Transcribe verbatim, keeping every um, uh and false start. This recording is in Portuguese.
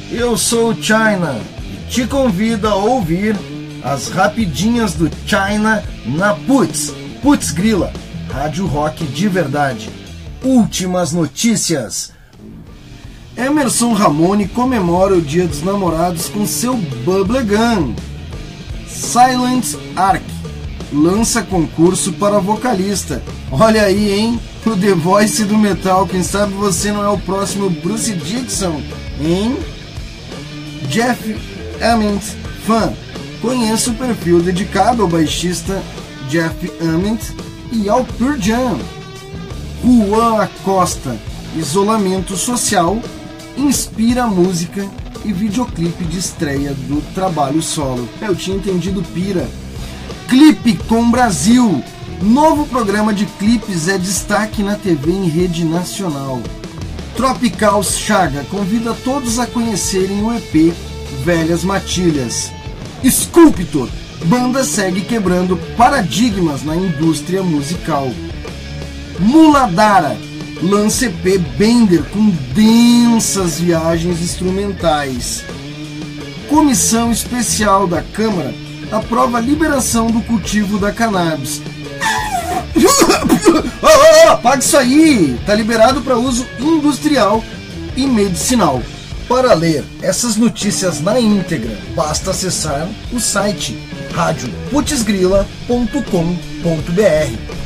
Eu sou o China e te convido a ouvir as rapidinhas do China na Putz, Putz Grila, rádio rock de verdade. Últimas notícias. Emerson Ramone comemora o Dia dos Namorados com seu Bubblegum. Silent Arc lança concurso para vocalista. Olha aí, hein? O The Voice do metal. Quem sabe você não é o próximo Bruce Dickinson, hein? Jeff Ament, fã. Conheça o perfil dedicado ao baixista Jeff Ament e ao Pearl Jam. Juan Acosta, isolamento social, inspira música e videoclipe de estreia do trabalho solo. Eu tinha entendido pira. Clipe com Brasil. Novo programa de clipes é destaque na T V em rede nacional. Tropical Chaga convida todos a conhecerem o E P Velhas Matilhas. Sculptor, banda segue quebrando paradigmas na indústria musical. Muladhara, lança E P Bender com densas viagens instrumentais. Comissão especial da Câmara aprova a liberação do cultivo da cannabis. Oh, oh, apaga isso aí! Tá liberado para uso industrial e medicinal. Para ler essas notícias na íntegra, basta acessar o site rádio putzgrila ponto com ponto br.